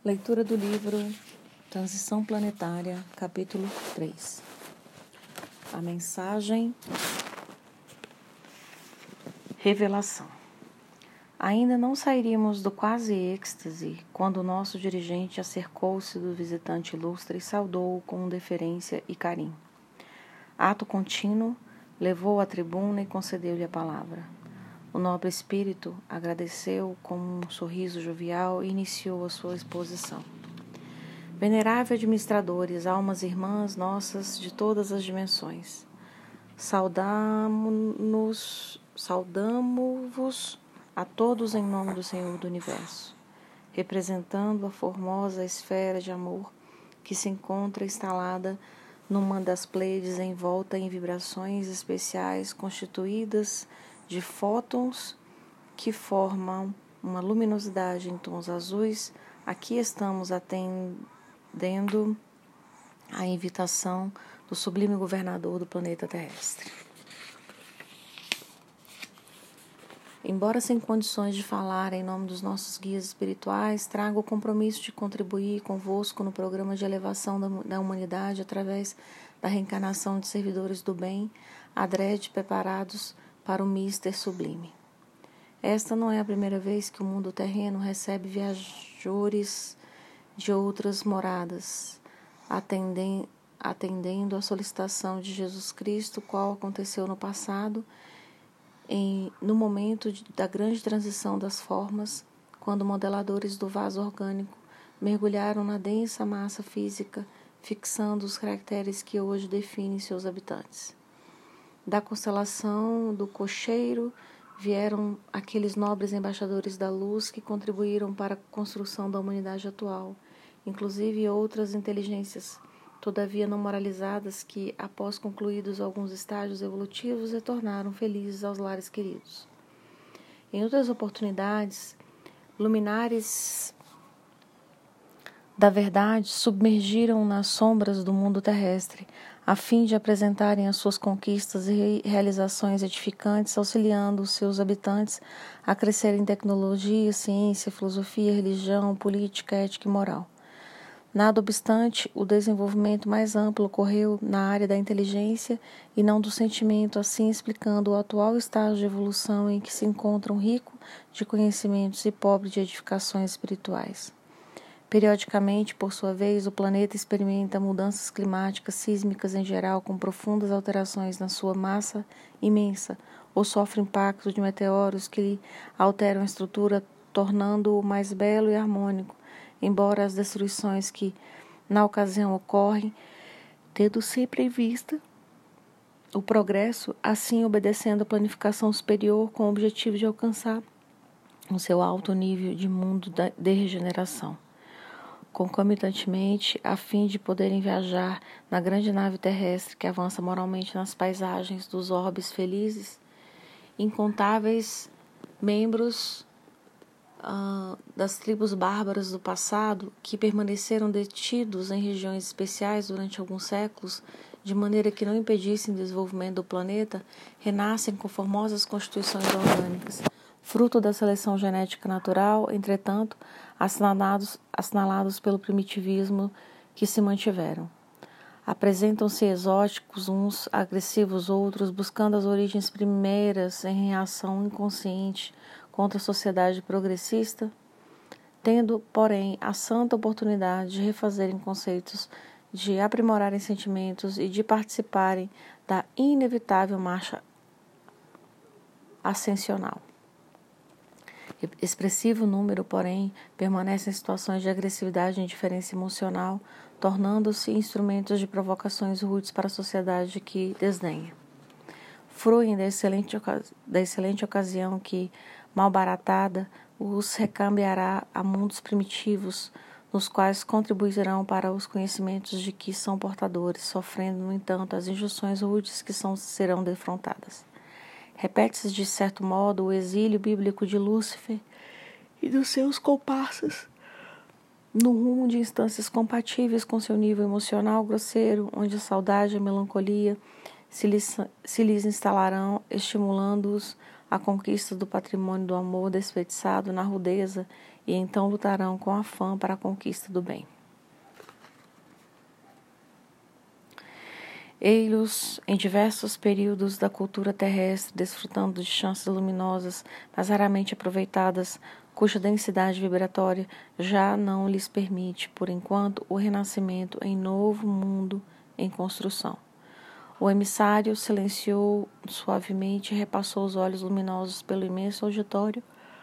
Leitura do livro Transição Planetária, capítulo 3. A mensagem Revelação. Ainda não sairíamos do quase êxtase quando o nosso dirigente acercou-se do visitante ilustre e saudou-o com deferência e carinho. Ato contínuo, levou-o à tribuna e concedeu-lhe a palavra. O nobre espírito agradeceu com um sorriso jovial e iniciou a sua exposição. Venerável administradores, almas irmãs nossas de todas as dimensões, saudamo-vos a todos em nome do Senhor do Universo, representando a formosa esfera de amor que se encontra instalada numa das pleiades envolta em vibrações especiais constituídas de fótons que formam uma luminosidade em tons azuis. Aqui estamos atendendo à invitação do sublime governador do planeta terrestre. Embora sem condições de falar em nome dos nossos guias espirituais, trago o compromisso de contribuir convosco no programa de elevação da humanidade através da reencarnação de servidores do bem, adrede preparados para o míster sublime. Esta não é a primeira vez que o mundo terreno recebe viajores de outras moradas, atendendo à solicitação de Jesus Cristo, qual aconteceu no passado, no momento da grande transição das formas, quando modeladores do vaso orgânico mergulharam na densa massa física, fixando os caracteres que hoje definem seus habitantes. Da constelação do cocheiro vieram aqueles nobres embaixadores da luz que contribuíram para a construção da humanidade atual, inclusive outras inteligências, todavia não moralizadas, que, após concluídos alguns estágios evolutivos, retornaram felizes aos lares queridos. Em outras oportunidades, luminares da verdade submergiram nas sombras do mundo terrestre, a fim de apresentarem as suas conquistas e realizações edificantes, auxiliando os seus habitantes a crescer em tecnologia, ciência, filosofia, religião, política, ética e moral. Nada obstante, o desenvolvimento mais amplo ocorreu na área da inteligência e não do sentimento, assim explicando o atual estágio de evolução em que se encontra um rico de conhecimentos e pobre de edificações espirituais. Periodicamente, por sua vez, o planeta experimenta mudanças climáticas, sísmicas em geral, com profundas alterações na sua massa imensa, ou sofre impactos de meteoros que lhe alteram a estrutura, tornando-o mais belo e harmônico, embora as destruições que, na ocasião, ocorrem, tendo sempre em vista o progresso, assim obedecendo a planificação superior com o objetivo de alcançar o seu alto nível de mundo de regeneração. Concomitantemente, a fim de poderem viajar na grande nave terrestre que avança moralmente nas paisagens dos orbes felizes, incontáveis membros das tribos bárbaras do passado, que permaneceram detidos em regiões especiais durante alguns séculos, de maneira que não impedissem o desenvolvimento do planeta, renascem com formosas constituições orgânicas, fruto da seleção genética natural, entretanto, assinalados pelo primitivismo que se mantiveram. Apresentam-se exóticos uns, agressivos outros, buscando as origens primeiras em reação inconsciente contra a sociedade progressista, tendo, porém, a santa oportunidade de refazerem conceitos, de aprimorarem sentimentos e de participarem da inevitável marcha ascensional. Expressivo número, porém, permanece em situações de agressividade e indiferença emocional, tornando-se instrumentos de provocações rudes para a sociedade que desdenha. Fruem da excelente ocasião que, mal baratada, os recambiará a mundos primitivos, nos quais contribuirão para os conhecimentos de que são portadores, sofrendo, no entanto, as injunções rudes que serão defrontadas. Repete-se, de certo modo, o exílio bíblico de Lúcifer e dos seus comparsas no rumo de instâncias compatíveis com seu nível emocional grosseiro, onde a saudade e a melancolia se lhes instalarão, estimulando-os à conquista do patrimônio do amor desperdiçado na rudeza e então lutarão com afã para a conquista do bem. Ei-los em diversos períodos da cultura terrestre, desfrutando de chances luminosas, mas raramente aproveitadas, cuja densidade vibratória já não lhes permite, por enquanto, o renascimento em novo mundo em construção. O emissário silenciou suavemente e repassou os olhos luminosos pelo imenso auditório,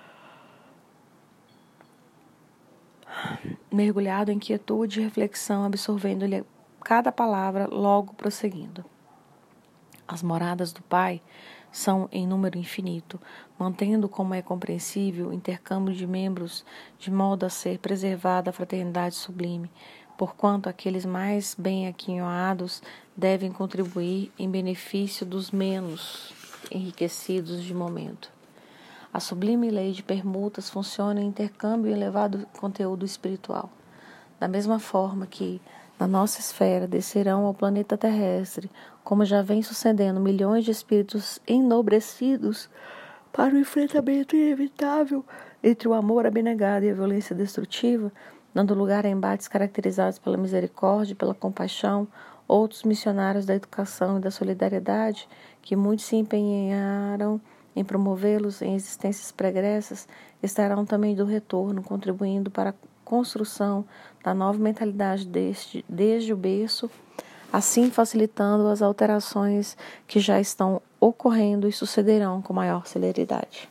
mergulhado em quietude e reflexão, absorvendo-lhe cada palavra, logo prosseguindo. As moradas do Pai são em número infinito, mantendo, como é compreensível, o intercâmbio de membros, de modo a ser preservada a fraternidade sublime, porquanto aqueles mais bem aquinhoados devem contribuir em benefício dos menos enriquecidos de momento. A sublime lei de permutas funciona em intercâmbio e elevado conteúdo espiritual. Da mesma forma que, na nossa esfera, descerão ao planeta terrestre, como já vem sucedendo, milhões de espíritos enobrecidos para o enfrentamento inevitável entre o amor abnegado e a violência destrutiva, dando lugar a embates caracterizados pela misericórdia e pela compaixão, outros missionários da educação e da solidariedade, que muitos se empenharam em promovê-los em existências pregressas, estarão também do retorno, contribuindo para a construção da nova mentalidade desde o berço, assim facilitando as alterações que já estão ocorrendo e sucederão com maior celeridade.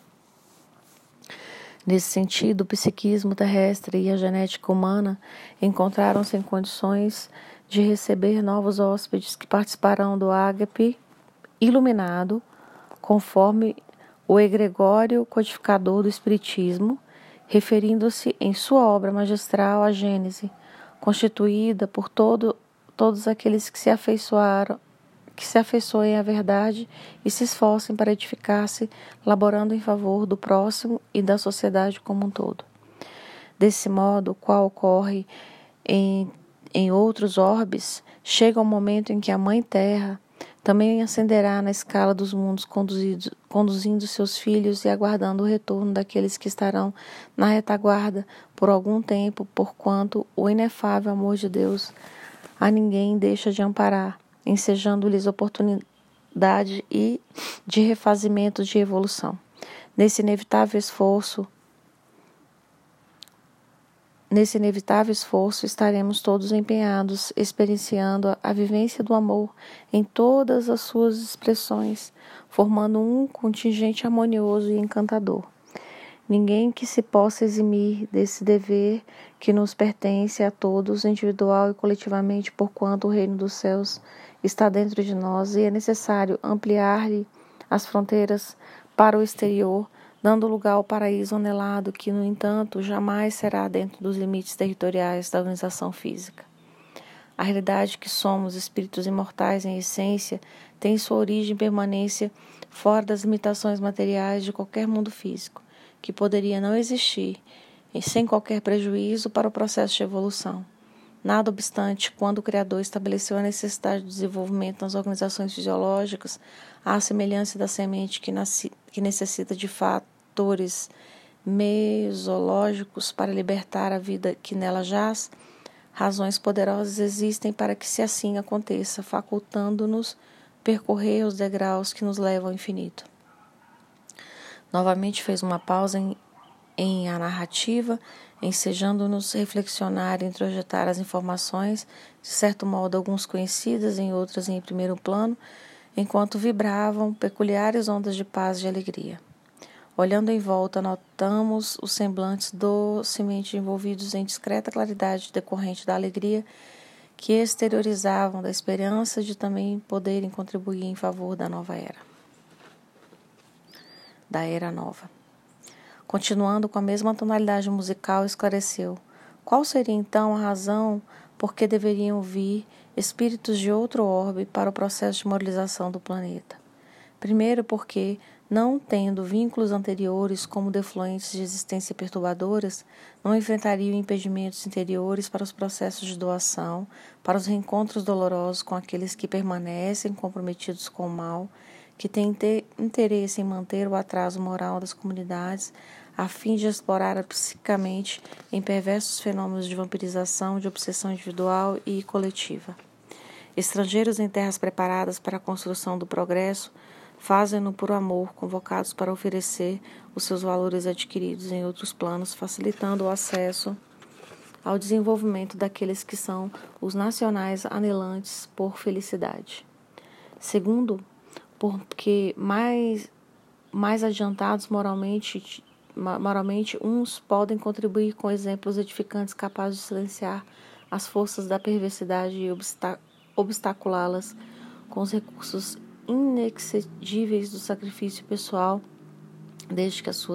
Nesse sentido, o psiquismo terrestre e a genética humana encontraram-se em condições de receber novos hóspedes que participarão do ágape iluminado, conforme o egregório codificador do Espiritismo, referindo-se em sua obra magistral à Gênese, constituída por todos aqueles que se afeiçoem à verdade e se esforcem para edificar-se, laborando em favor do próximo e da sociedade como um todo. Desse modo, o qual ocorre em outros orbes, chega o momento em que a Mãe Terra também ascenderá na escala dos mundos, conduzindo seus filhos e aguardando o retorno daqueles que estarão na retaguarda por algum tempo, porquanto o inefável amor de Deus a ninguém deixa de amparar, ensejando-lhes oportunidade e de refazimento de evolução. Nesse inevitável esforço, estaremos todos empenhados, experienciando a vivência do amor em todas as suas expressões, formando um contingente harmonioso e encantador. Ninguém que se possa eximir desse dever que nos pertence a todos, individual e coletivamente, porquanto o reino dos céus está dentro de nós e é necessário ampliar-lhe as fronteiras para o exterior, dando lugar ao paraíso anelado que, no entanto, jamais será dentro dos limites territoriais da organização física. A realidade que somos espíritos imortais em essência tem sua origem e permanência fora das limitações materiais de qualquer mundo físico, que poderia não existir sem qualquer prejuízo para o processo de evolução. Nada obstante, quando o Criador estabeleceu a necessidade de desenvolvimento nas organizações fisiológicas, à semelhança da semente que necessita de fatores mesológicos para libertar a vida que nela jaz, razões poderosas existem para que se assim aconteça, facultando-nos percorrer os degraus que nos levam ao infinito. Novamente fez uma pausa em a narrativa, ensejando-nos reflexionar e introjetar as informações, de certo modo alguns conhecidas, em outras em primeiro plano, enquanto vibravam peculiares ondas de paz e de alegria. Olhando em volta, notamos os semblantes docemente envolvidos em discreta claridade decorrente da alegria que exteriorizavam da esperança de também poderem contribuir em favor da nova era. Da era nova. Continuando com a mesma tonalidade musical, esclareceu: qual seria então a razão por que deveriam vir espíritos de outro orbe para o processo de moralização do planeta? Primeiro porque, não tendo vínculos anteriores como defluentes de existência perturbadoras, não enfrentariam impedimentos interiores para os processos de doação, para os reencontros dolorosos com aqueles que permanecem comprometidos com o mal, que têm interesse em manter o atraso moral das comunidades, a fim de explorar psiquicamente em perversos fenômenos de vampirização, de obsessão individual e coletiva. Estrangeiros em terras preparadas para a construção do progresso fazem-no por amor, convocados para oferecer os seus valores adquiridos em outros planos, facilitando o acesso ao desenvolvimento daqueles que são os nacionais anelantes por felicidade. Segundo, porque mais adiantados moralmente, uns podem contribuir com exemplos edificantes capazes de silenciar as forças da perversidade e obstaculá-las com os recursos inexcedíveis do sacrifício pessoal, desde que as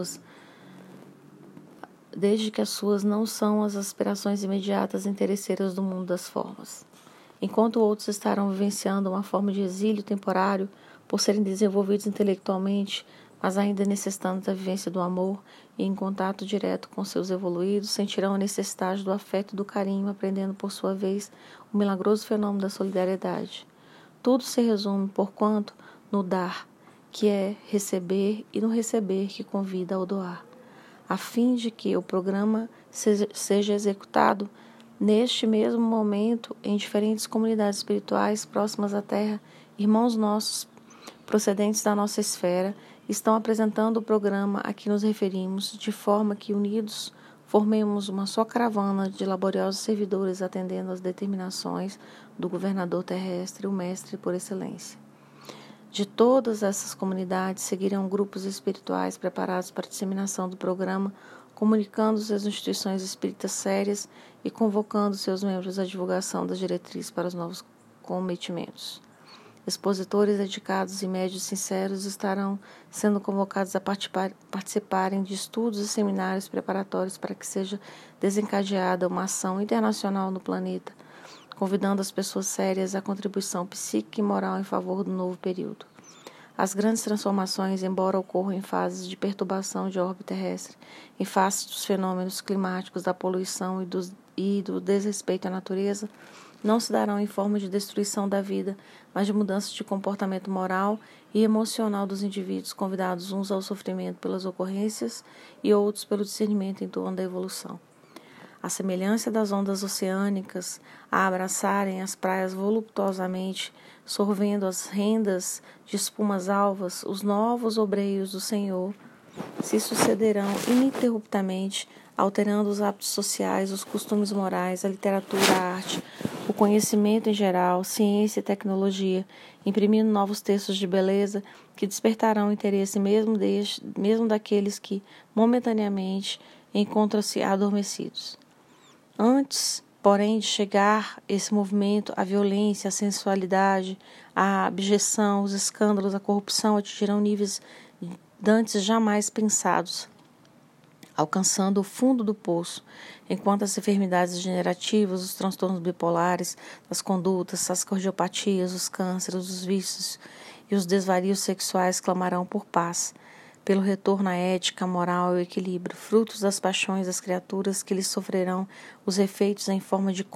suas não são as aspirações imediatas e interesseiras do mundo das formas. Enquanto outros estarão vivenciando uma forma de exílio temporário por serem desenvolvidos intelectualmente, mas ainda necessitando da vivência do amor e em contato direto com seus evoluídos, sentirão a necessidade do afeto e do carinho, aprendendo por sua vez o milagroso fenômeno da solidariedade. Tudo se resume, porquanto, no dar, que é receber, e no receber, que convida ao doar. A fim de que o programa seja executado neste mesmo momento em diferentes comunidades espirituais próximas à Terra, irmãos nossos, procedentes da nossa esfera, estão apresentando o programa a que nos referimos, de forma que, unidos, formemos uma só caravana de laboriosos servidores atendendo às determinações do governador terrestre, o mestre por excelência. De todas essas comunidades seguirão grupos espirituais preparados para a disseminação do programa, comunicando-se às instituições espíritas sérias e convocando seus membros à divulgação das diretrizes para os novos cometimentos. Expositores dedicados e médios sinceros estarão sendo convocados a participarem de estudos e seminários preparatórios para que seja desencadeada uma ação internacional no planeta, convidando as pessoas sérias à contribuição psíquica e moral em favor do novo período. As grandes transformações, embora ocorram em fases de perturbação de órbita terrestre, em face dos fenômenos climáticos, da poluição e do desrespeito à natureza, não se darão em forma de destruição da vida, mas de mudança de comportamento moral e emocional dos indivíduos, convidados uns ao sofrimento pelas ocorrências e outros pelo discernimento em torno da evolução. A semelhança das ondas oceânicas a abraçarem as praias voluptuosamente, sorvendo as rendas de espumas alvas, os novos obreiros do Senhor se sucederão ininterruptamente, alterando os hábitos sociais, os costumes morais, a literatura, a arte, o conhecimento em geral, ciência e tecnologia, imprimindo novos textos de beleza que despertarão o interesse mesmo daqueles que, momentaneamente, encontram-se adormecidos. Antes, porém, de chegar esse movimento, a violência, a sensualidade, a abjeção, os escândalos, a corrupção atingirão níveis dantes jamais pensados, alcançando o fundo do poço, enquanto as enfermidades degenerativas, os transtornos bipolares, as condutas, as cardiopatias, os cânceres, os vícios e os desvarios sexuais clamarão por paz, pelo retorno à ética, moral e equilíbrio, frutos das paixões das criaturas que lhes sofrerão os efeitos em forma de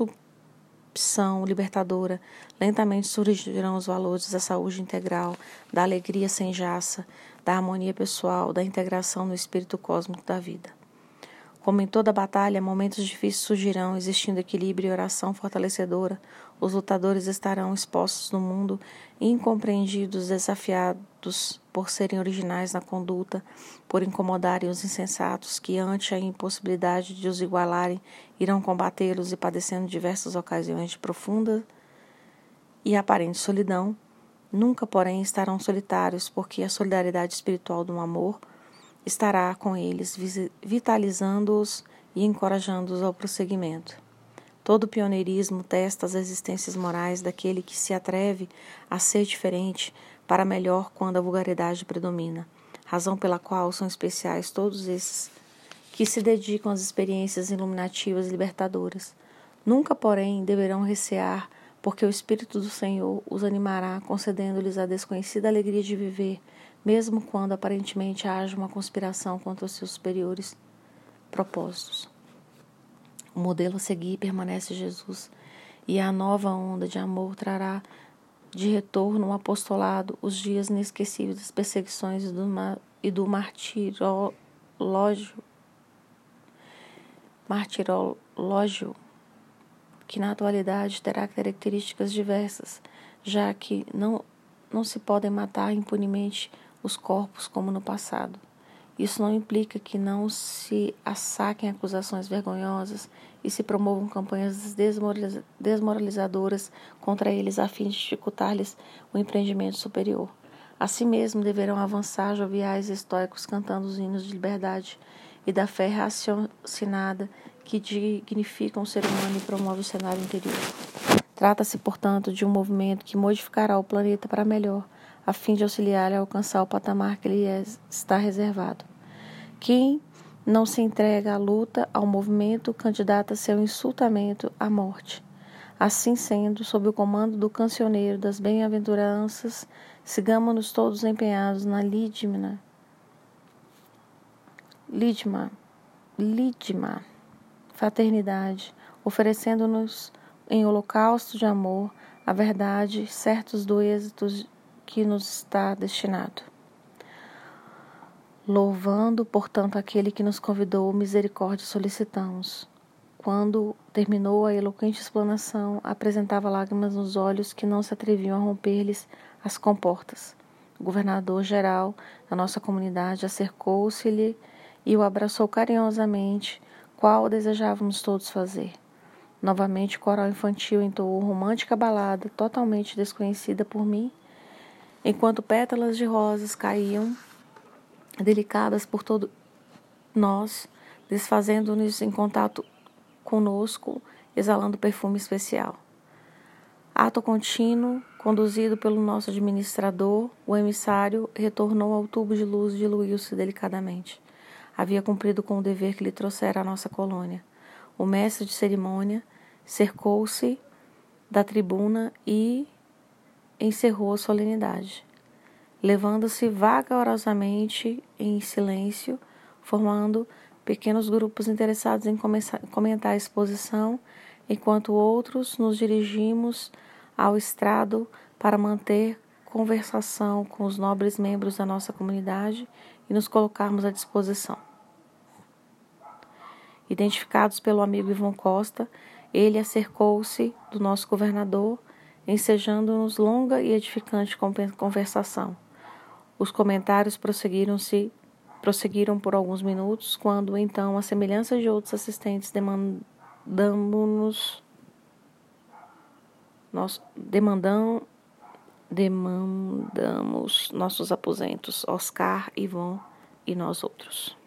consumpção libertadora. Lentamente surgirão os valores da saúde integral, da alegria sem jaça, da harmonia pessoal, da integração no espírito cósmico da vida. Como em toda batalha, momentos difíceis surgirão, existindo equilíbrio e oração fortalecedora. Os lutadores estarão expostos no mundo, incompreendidos, desafiados por serem originais na conduta, por incomodarem os insensatos, que, ante a impossibilidade de os igualarem, irão combatê-los e, padecendo diversas ocasiões de profunda e aparente solidão, nunca, porém, estarão solitários, porque a solidariedade espiritual do amor estará com eles, vitalizando-os e encorajando-os ao prosseguimento. Todo pioneirismo testa as existências morais daquele que se atreve a ser diferente para melhor quando a vulgaridade predomina, razão pela qual são especiais todos esses que se dedicam às experiências iluminativas e libertadoras. Nunca, porém, deverão recear, porque o Espírito do Senhor os animará, concedendo-lhes a desconhecida alegria de viver, mesmo quando aparentemente haja uma conspiração contra os seus superiores propósitos. O modelo a seguir permanece Jesus, e a nova onda de amor trará de retorno ao apostolado os dias inesquecíveis das perseguições e do martirológio, que na atualidade terá características diversas, já que não se podem matar impunemente os corpos como no passado. Isso não implica que não se assaquem acusações vergonhosas e se promovam campanhas desmoralizadoras contra eles a fim de dificultar-lhes o empreendimento superior. Assim mesmo deverão avançar joviais estoicos cantando os hinos de liberdade e da fé raciocinada que dignificam o ser humano e promovem o cenário interior. Trata-se, portanto, de um movimento que modificará o planeta para melhor, a fim de auxiliar a alcançar o patamar que lhe está reservado. Quem não se entrega à luta, ao movimento, candidata-se ao insultamento, à morte. Assim sendo, sob o comando do cancioneiro das bem-aventuranças, sigamos-nos todos empenhados na lídima fraternidade, oferecendo-nos em holocausto de amor a verdade, certos do êxito que nos está destinado. Louvando, portanto, aquele que nos convidou, misericórdia solicitamos. Quando terminou a eloquente explanação, apresentava lágrimas nos olhos que não se atreviam a romper-lhes as comportas. O governador-geral da nossa comunidade acercou-se-lhe e o abraçou carinhosamente, qual desejávamos todos fazer. Novamente o coral infantil entoou romântica balada, totalmente desconhecida por mim, enquanto pétalas de rosas caíam, delicadas por todo nós, desfazendo-nos em contato conosco, exalando perfume especial. Ato contínuo, conduzido pelo nosso administrador, o emissário retornou ao tubo de luz e diluiu-se delicadamente. Havia cumprido com o dever que lhe trouxera à nossa colônia. O mestre de cerimônia cercou-se da tribuna e encerrou a solenidade, levando-se vagarosamente em silêncio, formando pequenos grupos interessados em comentar a exposição, enquanto outros nos dirigimos ao estrado para manter conversação com os nobres membros da nossa comunidade e nos colocarmos à disposição. Identificados pelo amigo Ivon Costa, ele acercou-se do nosso governador, ensejando-nos longa e edificante conversação. Os comentários prosseguiram por alguns minutos, quando então, à semelhança de outros assistentes, demandamos nossos aposentos, Oscar, Ivon e nós outros.